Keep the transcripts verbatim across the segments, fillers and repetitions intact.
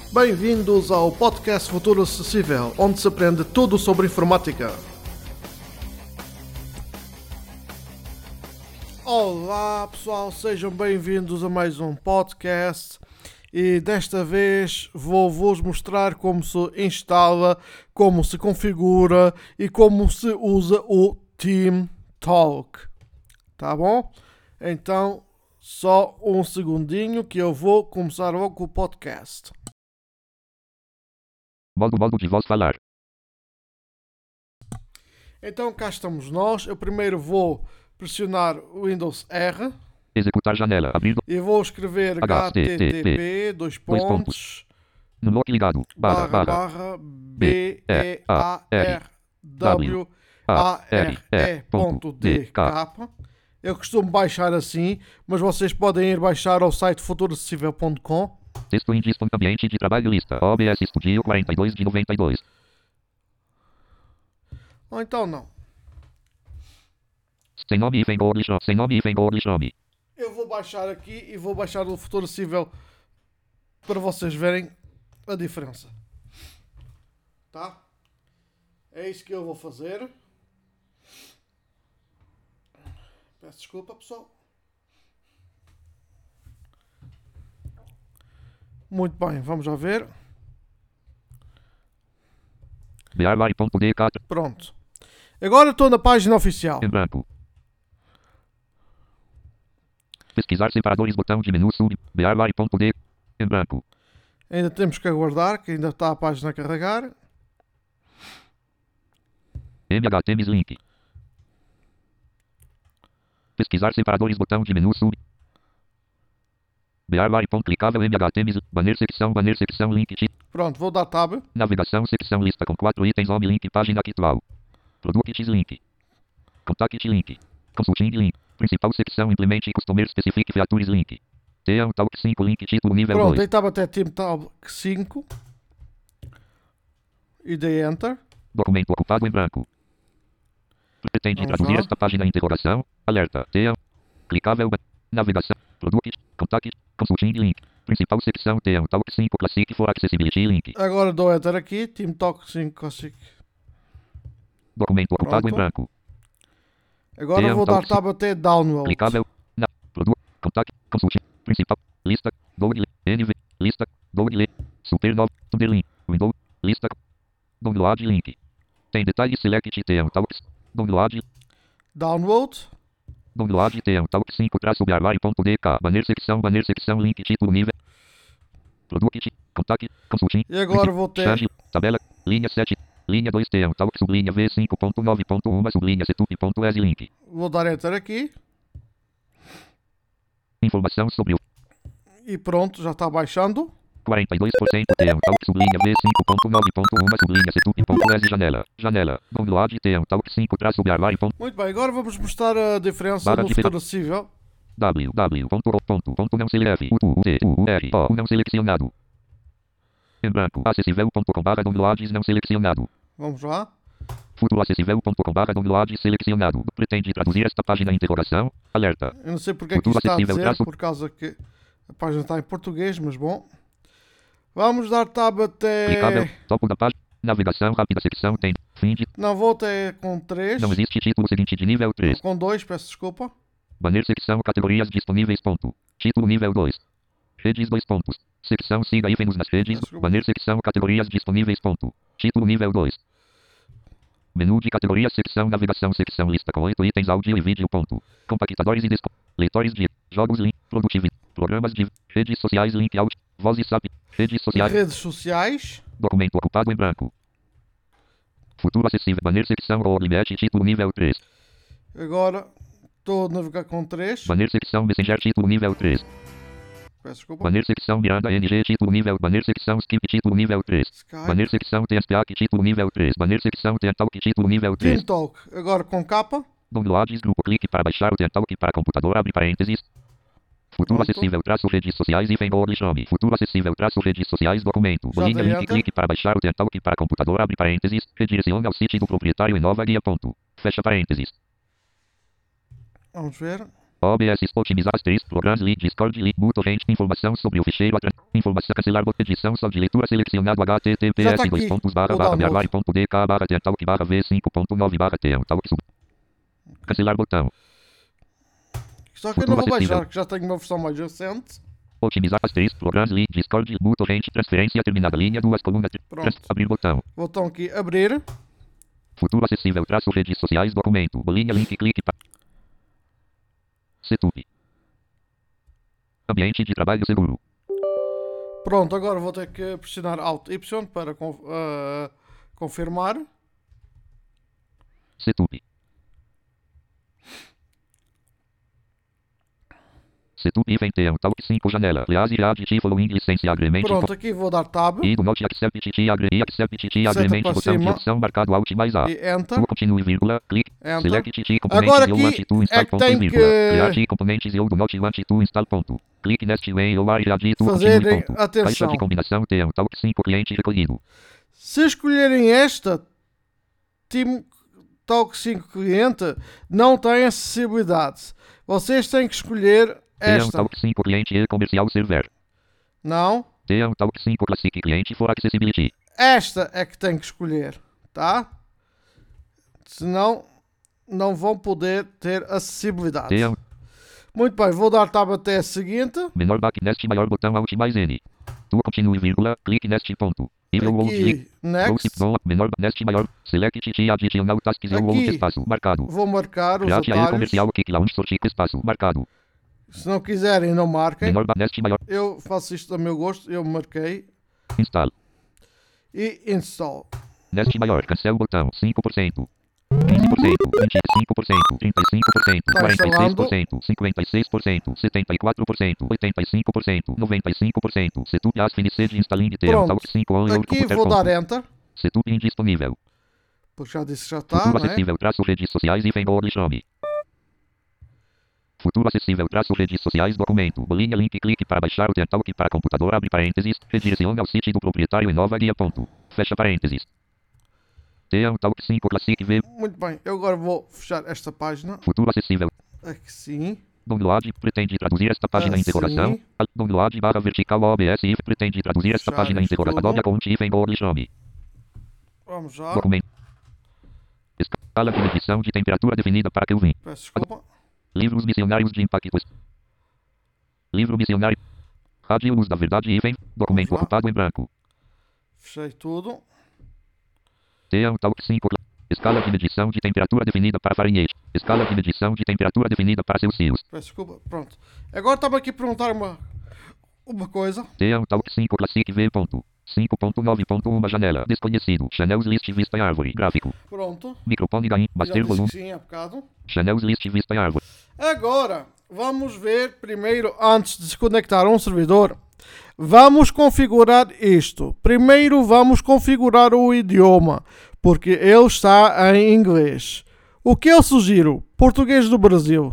Bem-vindos ao podcast Futuro Acessível, onde se aprende tudo sobre informática. Olá pessoal, sejam bem-vindos a mais um podcast e desta vez vou-vos mostrar como se instala, como se configura e como se usa o TeamTalk. Tá bom? Então, só um segundinho que eu vou começar logo com o podcast. Modo, modo de voz falar. Então cá estamos nós. Eu primeiro vou pressionar o Windows R. Executar janela. Abrir. E vou escrever H T T P, dois dois pontos, No lock ligado. Barra, barra, barra. barra, B E A R W A R E ponto D K. Eu costumo baixar assim, mas vocês podem ir baixar ao site futuro acessível ponto com. Texto indisponível. Ambiente de trabalho lista. O B S Studio quarenta e dois de noventa e dois. Ou então não. Sem nome e sem Google Chrome. Sem nome e sem Google Chrome. Eu vou baixar aqui e vou baixar o futuro acessível para vocês verem a diferença. Tá? É isso que eu vou fazer. Peço desculpa, pessoal. Muito bem, vamos já ver. Bearby ponto D K. Pronto. Agora estou na página oficial. Em branco. Pesquisar separadores. Botão de menu sub. Bearby ponto D. Em branco. Ainda temos que aguardar, que ainda está a página a carregar. M H T M S link. Pesquisar separadores. Botão de menu sub. Bearby. Clicável M H T M S. Banner secção. Banner secção. Link. T. Pronto, vou dar tab. Navegação. Secção. Lista com quatro itens. Home link. Página atual. Product link. Contact link. Consulting link. Principal secção. Implemente Customer Specific Features link. Team Talk cinco link. Título nível Pronto, dois. aí estava até TeamTalk cinco. E dei Enter. Documento ocupado em branco. Pretende Vamos traduzir lá. esta página em interrogação. Alerta. Team. Clicável. Navegação. Product. Contact. Consulting link. Principal secção. Team Talk cinco Classic for Accessibility link. Agora dou Enter aqui. TeamTalk cinco Classic. Documento ocupado em Pronto. branco. Agora Team vou dar Talk tab até Download. Clicável. Na. Product. Contact. Consulting. Principal. Lista. Download. N V. Lista. Download. Supernova. Thunderlink. Windows. Lista. Download link. Tem detalhes. Select Team Talks. Download. Download. Download Team Talk cinco traço bearby ponto D K. Banner secção. Banner secção. Link. Título nível. Product. Contact. Consulting. E agora vou ter... Charge. Tabela. Linha sete. Linha dois. Team Talk. Sublinha V cinco ponto nove ponto um. Sublinha setup ponto S link. Vou dar Enter aqui. Informação sobre o E pronto, já está baixando. quarenta e dois por cento Team Talk sublinha V cinco ponto nove ponto um sublinha setup ponto S janela. Janela. Download Team Talk cinco traço bearby ponto Muito bem, agora vamos mostrar a diferença Barra no de futuro acessível. www ponto o ponto ponto não select U T U R O não selecionado. Em branco. Acessível ponto com barra downloads não selecionado. Vamos lá. Futuro acessível ponto com barra download selecionado. Pretende traduzir esta página em interrogação. Alerta. Eu não sei porque é que Futuro isto está a acessível dizer, traço- por causa que a página está em português, mas bom. Vamos dar tab Clicável. até... Topo da página. Navegação rápida secção tem. Fim de. Não, vou até com três. Não existe título seguinte de nível três. Com dois, peço desculpa. Banner secção categorias disponíveis ponto. Título nível dois. Redes dois pontos. Secção siga ícones nas redes. Desculpa. Banner secção categorias disponíveis ponto. Título nível dois. Menu de categorias secção navegação secção lista com oito itens áudio e vídeo ponto. Compactadores e desco. Leitores de jogos link. Produtividade. Programas de redes sociais link áudio. Voz e S A P. Redes sociais. Redes sociais. Documento ocupado em branco. Futuro acessível. Banner secção ou limite título nível três. Agora estou a navegar com três. Banner secção Messenger título nível três. Peço desculpa. Banner secção Miranda N G título nível. Banner secção Skip título nível três. Skype. Banner secção Teamspeak título nível três. Banner secção Tentalk título nível três. TeamTalk. Agora com capa. Downloads grupo clique para baixar o Tentalk para computador abre parênteses. Futuro Pronto. acessível traço redes sociais e Google Chrome. Futuro acessível traço redes sociais documento. Já Bolinha dei link enter. clique para baixar o Tentalk para computador abre parênteses. Redireciona ao sítio do proprietário e nova guia ponto. Fecha parênteses. Vamos ver. O B S, otimizar asterisco, programs, link, Discord, link, torrent, informação sobre o ficheiro, atra... informação, cancelar, edição, só de leitura, selecionado, H T T P S, dois pontos, barra, barra, mearware.dk, barra, tentalk, barra, v cinco ponto nove, barra, tentalk, sub... Cancelar botão. Só que eu não vou baixar, que já tenho uma versão mais recente. Otimizar asterisco, programs, link, Discord, torrent, transferência, terminada, linha, duas colunas, pronto. Abrir botão. Botão aqui, abrir. Futuro acessível, traço, redes sociais, documento, bolinha, link, clique, pa... Setup. Ambiente de trabalho seguro. Pronto, agora vou ter que pressionar Alt Y para uh, confirmar. Setup. Setup event talk cinco janela. Aliás, já aditivo following licença agreement. Pronto, aqui vou dar tab. E do not accept T agree accept T agreement botão de opção marcado Alt mais A. E enter. Tu continue vírgula, clique. Enter. Select T component agora you aqui want to install é que ponto tem vírgula. que Criar T componentes you do not want to install ponto. Clique neste way ou área de tu continue fazerem ponto. atenção. Caixa de combinação T talk cinco cliente recolhido. Se escolherem esta, Team Talk cinco cliente não tem acessibilidade. Vocês têm que escolher esta. Talk cinco cliente e comercial server. Não. Talk cinco classic cliente for accessibility. Esta é que tem que escolher, tá? Senão não vão poder ter acessibilidade. Tem. Muito bem, vou dar tab até a seguinte. Menor back neste maior botão Alt mais N. Tu continue vírgula, clique neste ponto. Aqui, next. Menor neste maior, select T adicional tasks ou espaço marcado. Vou marcar os Criate atalhos. comercial kick launch sort espaço marcado. Se não quiserem, não marquem. Menor neste maior. Eu faço isto a meu gosto, eu marquei. Install. E install. Neste maior, cancel botão cinco por cento. quinze por cento, vinte e cinco por cento, trinta e cinco por cento, quarenta e seis por cento, cinquenta e seis por cento, setenta e quatro por cento, oitenta e cinco por cento, noventa e cinco por cento. Setup as finished installing Pronto, aqui vou dar enter. Setup indisponível. Porque já disse que já está, Futuro né? acessível, traço redes sociais e vendor Chrome. Futuro acessível, traço redes sociais, documento, bolinha, link, clique para baixar o Tentalk para computador, abre parênteses, redireciona ao sítio do proprietário e nova guia ponto. Fecha parênteses. Tentalk cinco Classic V. Muito bem, eu agora vou fechar esta página. Futuro acessível. Aqui sim. Download, pretende traduzir esta página assim. interrogação. Download barra vertical O B S if pretende traduzir esta Já página interrogatória com e vendor Chrome. Vamos já. Documento. Escala de medição de temperatura definida para Kelvin. Peço desculpa. Livros missionários de impacto. Livro missionário. Rádio Luz da Verdade e vem. Documento ocupado em branco. Fechei tudo. Tentalk cinco. Escala de medição de temperatura definida para Fahrenheit. Escala de medição de temperatura definida para Celsius. Peço desculpa. Pronto. Agora estava aqui a perguntar uma, uma coisa. Tentalk cinco Classic V. cinco ponto nove ponto um janela. Desconhecido. Channels List Vista em Árvore. Gráfico. Pronto. Microfone gain. Baster volume. Sim, há bocado. Channels List Vista em Árvore. Agora, vamos ver primeiro, antes de se conectar a um servidor, vamos configurar isto. Primeiro vamos configurar o idioma, porque ele está em inglês. O que eu sugiro? Português do Brasil.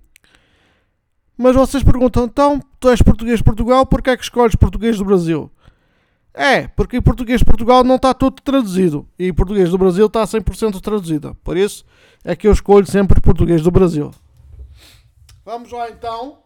Mas vocês perguntam, então, tu és português de Portugal, porque é que escolhes português do Brasil? É, porque em português de Portugal não está tudo traduzido. E em português do Brasil está cem por cento traduzido. Por isso é que eu escolho sempre português do Brasil. Vamos lá então.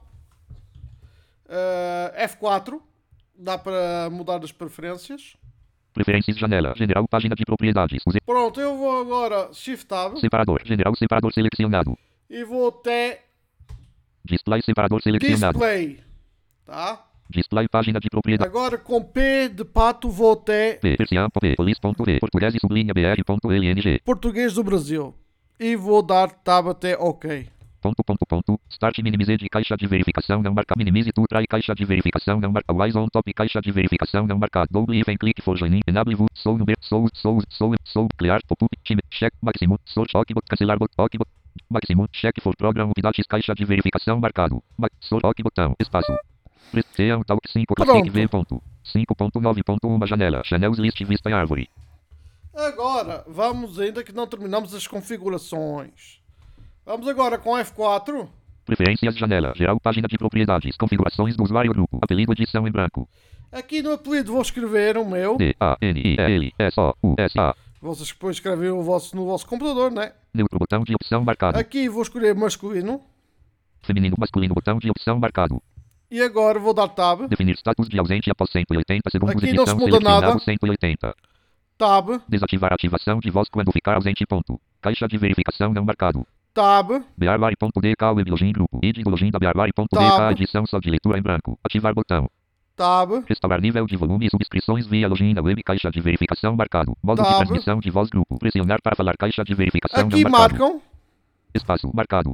Uh, F quatro. Dá para mudar as preferências. Preferências, janela, general, página de propriedades. Use... Pronto, eu vou agora Shift Tab. Separador, general, separador selecionado. E vou até Display, separador selecionado. Display. Tá? Display, página de propriedade. Agora com P de pato vou até P, persião, P, polis.v, português e sublinha br.lng. Português do Brasil. E vou dar Tab até OK. Ponto, ponto, ponto. Start minimize de caixa de verificação não marca. Minimize tu try caixa de verificação não marca. Wise on top caixa de verificação não marca. Double even click for joining. Enable view. Sou número. Sou. Sou. Sou. Sou. Clear. Pop-up. Time. Check. Maximum. Sort. Ok. Bot. Cancelar. Bot. Ok. Bot. Maximum. Check for program. Updates. Caixa de verificação marcado. Sort. Ok. Botão. Espaço. Prestation Talk cinco. Classic V. cinco ponto nove ponto um janela. Channels List Vista em Árvore. Agora, vamos ainda que não terminamos as configurações. Vamos agora com F quatro. Preferências, janela, geral, página de propriedades, configurações do usuário, grupo, apelido, edição em branco. Aqui no apelido vou escrever o meu. D, A, N, I, L, S, O, U, S, A. Vocês depois escrevem o vosso no vosso computador, né? Neutro, botão de opção marcado. Aqui vou escolher masculino. Feminino, masculino, botão de opção marcado. E agora vou dar Tab. Definir status de ausente após cento e oitenta segundos. Aqui não se Edição muda selecionado nada. cento e oitenta. Tab. Desativar ativação de voz quando ficar ausente. Ponto. Caixa de verificação não marcado. Tab. Bearware.dk web login grupo. I D do login da Bearware.dk Tab. edição só de leitura em branco. Ativar botão. Tab. Restaurar nível de volume e subscrições via login da web. Caixa de verificação marcado. Modo de Tab. transmissão de voz grupo. Pressionar para falar. Caixa de verificação Aqui não marcado. marcam. Espaço marcado.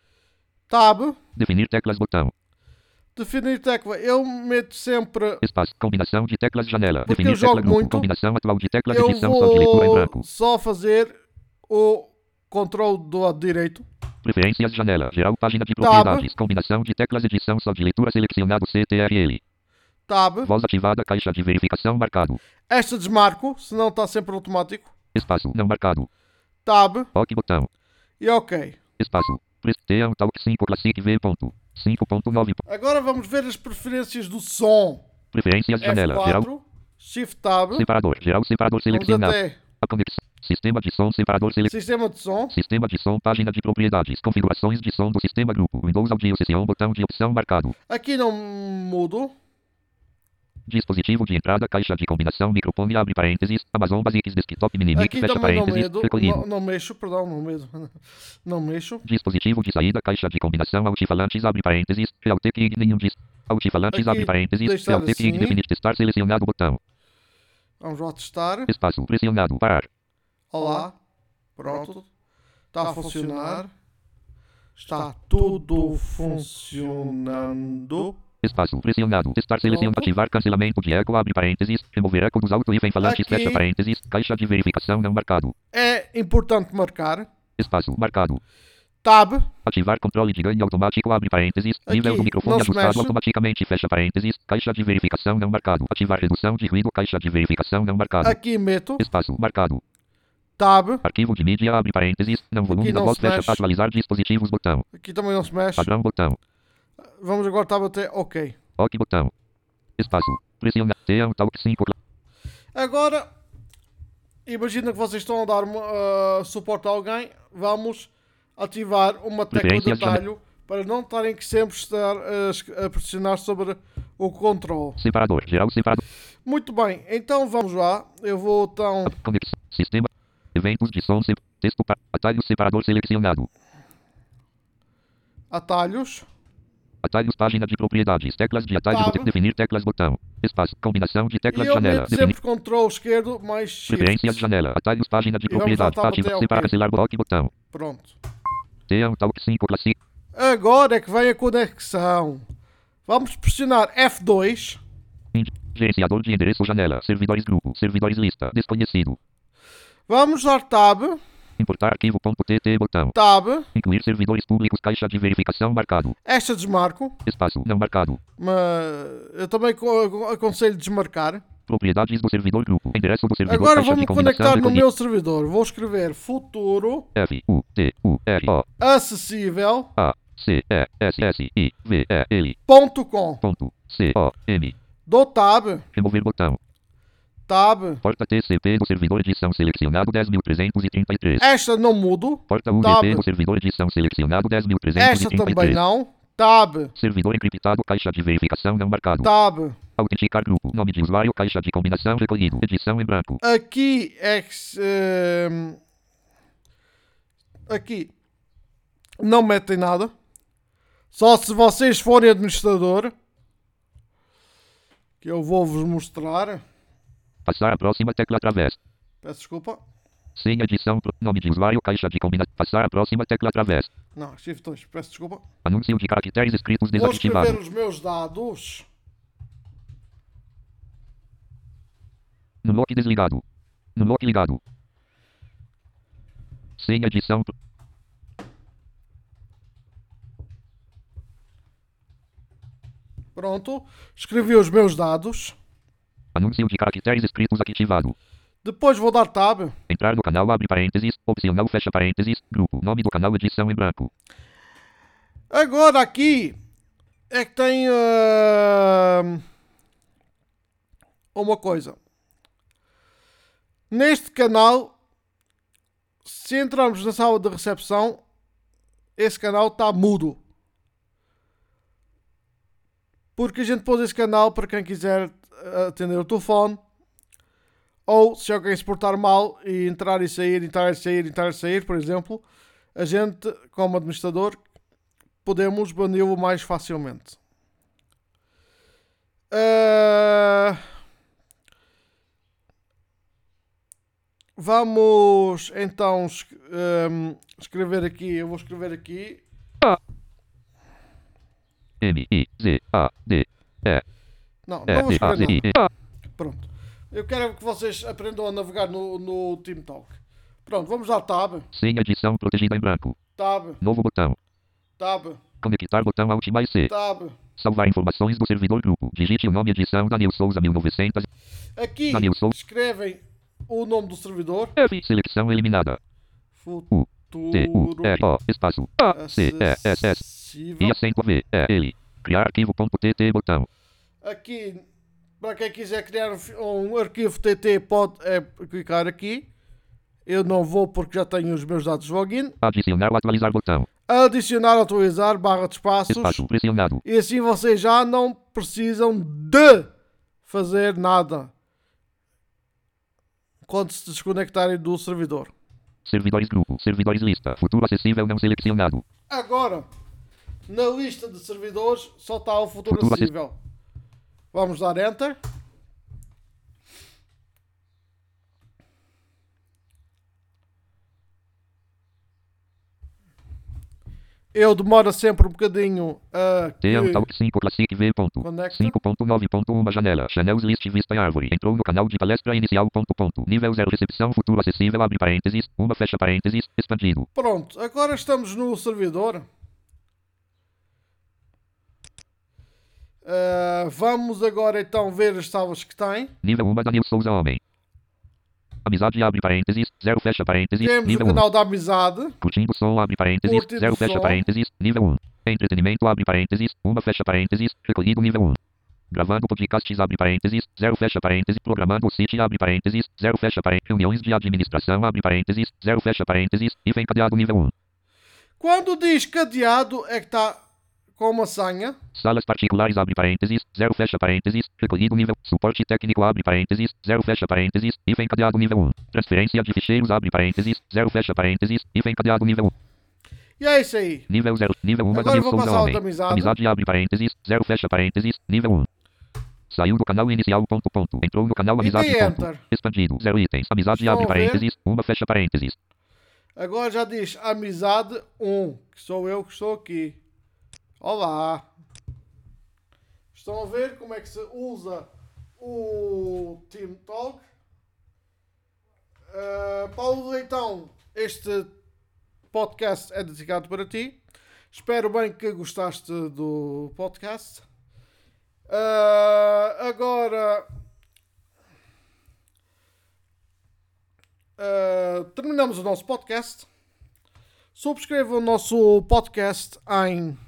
Tab. Definir teclas botão. Definir tecla. Eu meto sempre. Espaço. Combinação de teclas janela. Porque Definir eu jogo tecla grupo. muito. Combinação atual de teclas Eu edição só de leitura em vou branco. só fazer o controle do lado direito. Preferências janela. Geral página de propriedades. Combinação de teclas edição só de leitura selecionado C T R L. Tab. Voz ativada. Caixa de verificação marcado. Esta desmarco, senão está sempre automático. Espaço. Não marcado. Tab. OK botão. E ok. Espaço. Presteam Talk cinco Classic V. Ponto. cinco ponto nove. Agora vamos ver as preferências do som. Preferências janela. F Geral. quatro. Shift Tab. Separador. Geral separador Vamos selecionado. até A conexão. Sistema de som separador selecionado. sistema de som. Sistema de som, página de propriedades, configurações de som do sistema grupo, Windows Audio Sessão, botão de opção marcado. Aqui não mudo. Dispositivo de entrada, caixa de combinação, microfone, abre parênteses, Amazon Basics Desktop Minimic, Aqui fecha também não parênteses, medo. recolhido. Não, não mexo, perdão, não medo. Não mexo. Dispositivo de saída, caixa de combinação, altifalantes, abre parênteses, Realtek nenhum dis. Altifalantes, Aqui, abre parênteses, deixar Realtek assim. definir testar, selecionado botão. Vamos lá testar. Espaço, pressionado, parar. Olá. Pronto. Está a funcionar. Está tudo funcionando. Espaço, pressionado, testar, selecionado, Pronto. ativar, cancelamento de eco, abre parênteses, remover eco dos alto hífen falantes, Aqui. fecha parênteses, caixa de verificação não marcado. É importante marcar. Espaço, marcado. Tab. Ativar controle de ganho automático, abre parênteses, nível Aqui, do microfone não se ajustado mexe. automaticamente, fecha parênteses, caixa de verificação não marcado. Ativar redução de ruído, caixa de verificação não marcado. Aqui meto. Espaço, marcado. Tab. Arquivo de mídia, abre parênteses, não volume Aqui da não voz, se fecha, mexe. atualizar dispositivos, botão. Aqui também não se mexe. Padrão, botão. Vamos agora tab até ok. OK, botão. Espaço, pressiona, Team Talk cinco. Agora, imagina que vocês estão a dar uma, ah, suporte a alguém. Vamos ativar uma tecla de Preferências, atalho para não estarem que sempre estar a, es- a pressionar sobre o controle. Separador, geral, separador. Muito bem, então vamos lá. Eu vou então. Conexão, sistema, eventos de som, se- texto, pa- atalho, separador selecionado. Atalhos. Atalhos, página de propriedades, teclas de atalho, Tab. botão, definir teclas, botão. Espaço, combinação de E teclas, eu janela, meto definir. sempre Ctrl esquerdo mais Shift. Preferências, janela, atalhos, página de E vamos lá, propriedades, tab ativa, até separar, OK. cancelar, bloco, botão. Pronto. Team Talk cinco Classic. Agora é que vem a conexão. Vamos pressionar F dois. Ind- Gerenciador de endereço, janela, servidores grupo, servidores lista, desconhecido. Vamos dar Tab. Importar arquivo.tt, botão. Tab. Incluir servidores públicos, caixa de verificação marcado. Esta desmarco. Espaço, não marcado. Mas eu também co- aconselho desmarcar. Propriedades do servidor grupo, endereço do servidor, Agora caixa vou-me de combinação, conectar no recolhido. meu servidor. Vou escrever futuro F, U, T, U, R, O, acessível A, C, E, S, S, I, V, E, L, ponto com. ponto, C, O, M. Dou Tab. Remover botão. Tab. Porta T C P do servidor edição selecionado dez mil trezentos e trinta e três. Esta não mudo. Porta U D P Tab. do servidor edição selecionado dez mil trezentos e Esta trinta e também três. não. Tab. Servidor encriptado, caixa de verificação não marcado. Tab. Autenticar grupo, nome de usuário, caixa de combinação recolhido, edição em branco. Aqui é que se, ehm, aqui não metem nada. Só se vocês forem administrador. Que eu vou vos mostrar. Passar a próxima tecla através. Peço desculpa. Sem edição, pro- nome de usuário, caixa de combinação. Passar a próxima tecla através. Não, Shift dois. Peço desculpa. Anúncio de caracteres escritos Vou desativado. escrever os meus dados. No lock desligado. No lock ligado. Sem edição. pro- Pronto. Escrevi os meus dados. Anúncio de caracteres escritos ativado. Depois vou dar Tab. Entrar no canal, abre parênteses, opcional, fecha parênteses, grupo, nome do canal, edição em branco. Agora aqui é que tem ahm, uma coisa. Neste canal, se entrarmos na sala de recepção, esse canal está mudo. porque a gente pôs esse canal para quem quiser atender o telefone, ou se alguém se portar mal e entrar e sair, entrar e sair, entrar e sair, por exemplo, a gente, como administrador, podemos bani-lo mais facilmente. Uh... Vamos então um, escrever aqui. Eu vou escrever aqui. A M I Z A D E. Não, não vou escrever nada. Pronto. Eu quero que vocês aprendam a navegar no, no TeamTalk. Pronto, vamos dar Tab. Sem edição protegida em branco. Tab. Novo botão. Tab. Conectar botão Alt mais C. Tab. Salvar informações do servidor grupo. Digite o nome edição Daniel Souza mil e novecentos. Aqui Daniel Souza. Escrevem o nome do servidor. F. Seleção eliminada. Futuro. T U R O espaço A C E S S e acento V é ele. Criar arquivo.tt botão. Aqui, para quem quiser criar um arquivo T T, pode é, clicar aqui. Eu não vou porque já tenho os meus dados de login. Adicionar ou atualizar botão. Adicionar, atualizar, barra de espaços. Espaço pressionado. E assim vocês já não precisam de fazer nada quando se desconectarem do servidor. Servidores grupo, servidores lista, futuro acessível não selecionado. Agora, na lista de servidores só está o futuro, futuro acessível. Acess... Vamos dar Enter. Eu demoro sempre um bocadinho a... T um Talk cinco Classic V. cinco ponto nove ponto um janela. Channels List Vista Árvore. Entrou no canal de palestra inicial. Ponto, ponto. Nível zero recepção futuro acessível. Abre parênteses. Uma fecha parênteses. Expandido. Pronto. Agora estamos no servidor. Uh, vamos agora então ver as salas que tem. Nível um Daniel Souza Homem. Amizade abre parênteses, zero fecha parênteses, temos nível o canal um. da amizade. Curtindo som abre parênteses, Curtindo zero fecha som. parênteses, nível um. Entretenimento abre parênteses, uma fecha parênteses, recolhido nível um. Gravando podcasts abre parênteses, zero fecha parênteses, programando o site abre parênteses, zero fecha parênteses, reuniões de administração abre parênteses, zero fecha parênteses, e vem cadeado nível um. Quando diz cadeado é que está com uma senha. Salas particulares abre parênteses, zero fecha parênteses, recolhido nível, suporte técnico abre parênteses, zero fecha parênteses, e vem cadeado nível um. Transferência de ficheiros abre parênteses, zero fecha parênteses, e vem cadeado nível um. E é isso aí. Nível zero, nível um Agora vou Souza passar Homem. outra amizade. Amizade abre parênteses, zero fecha parênteses, nível um. Saiu do canal inicial. Ponto, ponto. Entrou no canal amizade. Ponto. Enter. Expandido, zero itens. Amizade Estão abre a ver? parênteses, uma fecha parênteses. Agora já diz amizade um, que sou eu que estou aqui. Olá. Estão a ver como é que se usa o TeamTalk? Uh, Paulo Leitão, este podcast é dedicado para ti. Espero bem que gostaste do podcast. Uh, agora uh, terminamos o nosso podcast. Subscreva o nosso podcast em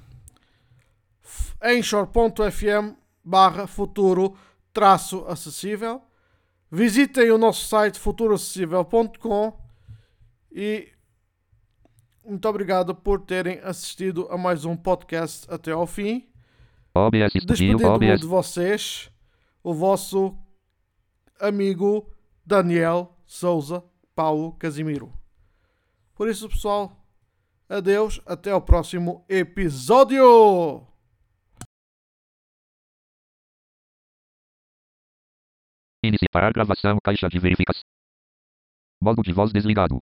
anchor.fm barra futuro traço acessível. Visitem o nosso site futuro acessível ponto com e muito obrigado por terem assistido a mais um podcast até ao fim. O B S Studio, O B Despedindo-me S. de vocês, o vosso amigo Daniel Souza Paulo Casimiro. Por isso, pessoal, adeus, até ao próximo episódio! Iniciar gravação, caixa de verificação. Modo de voz desligado.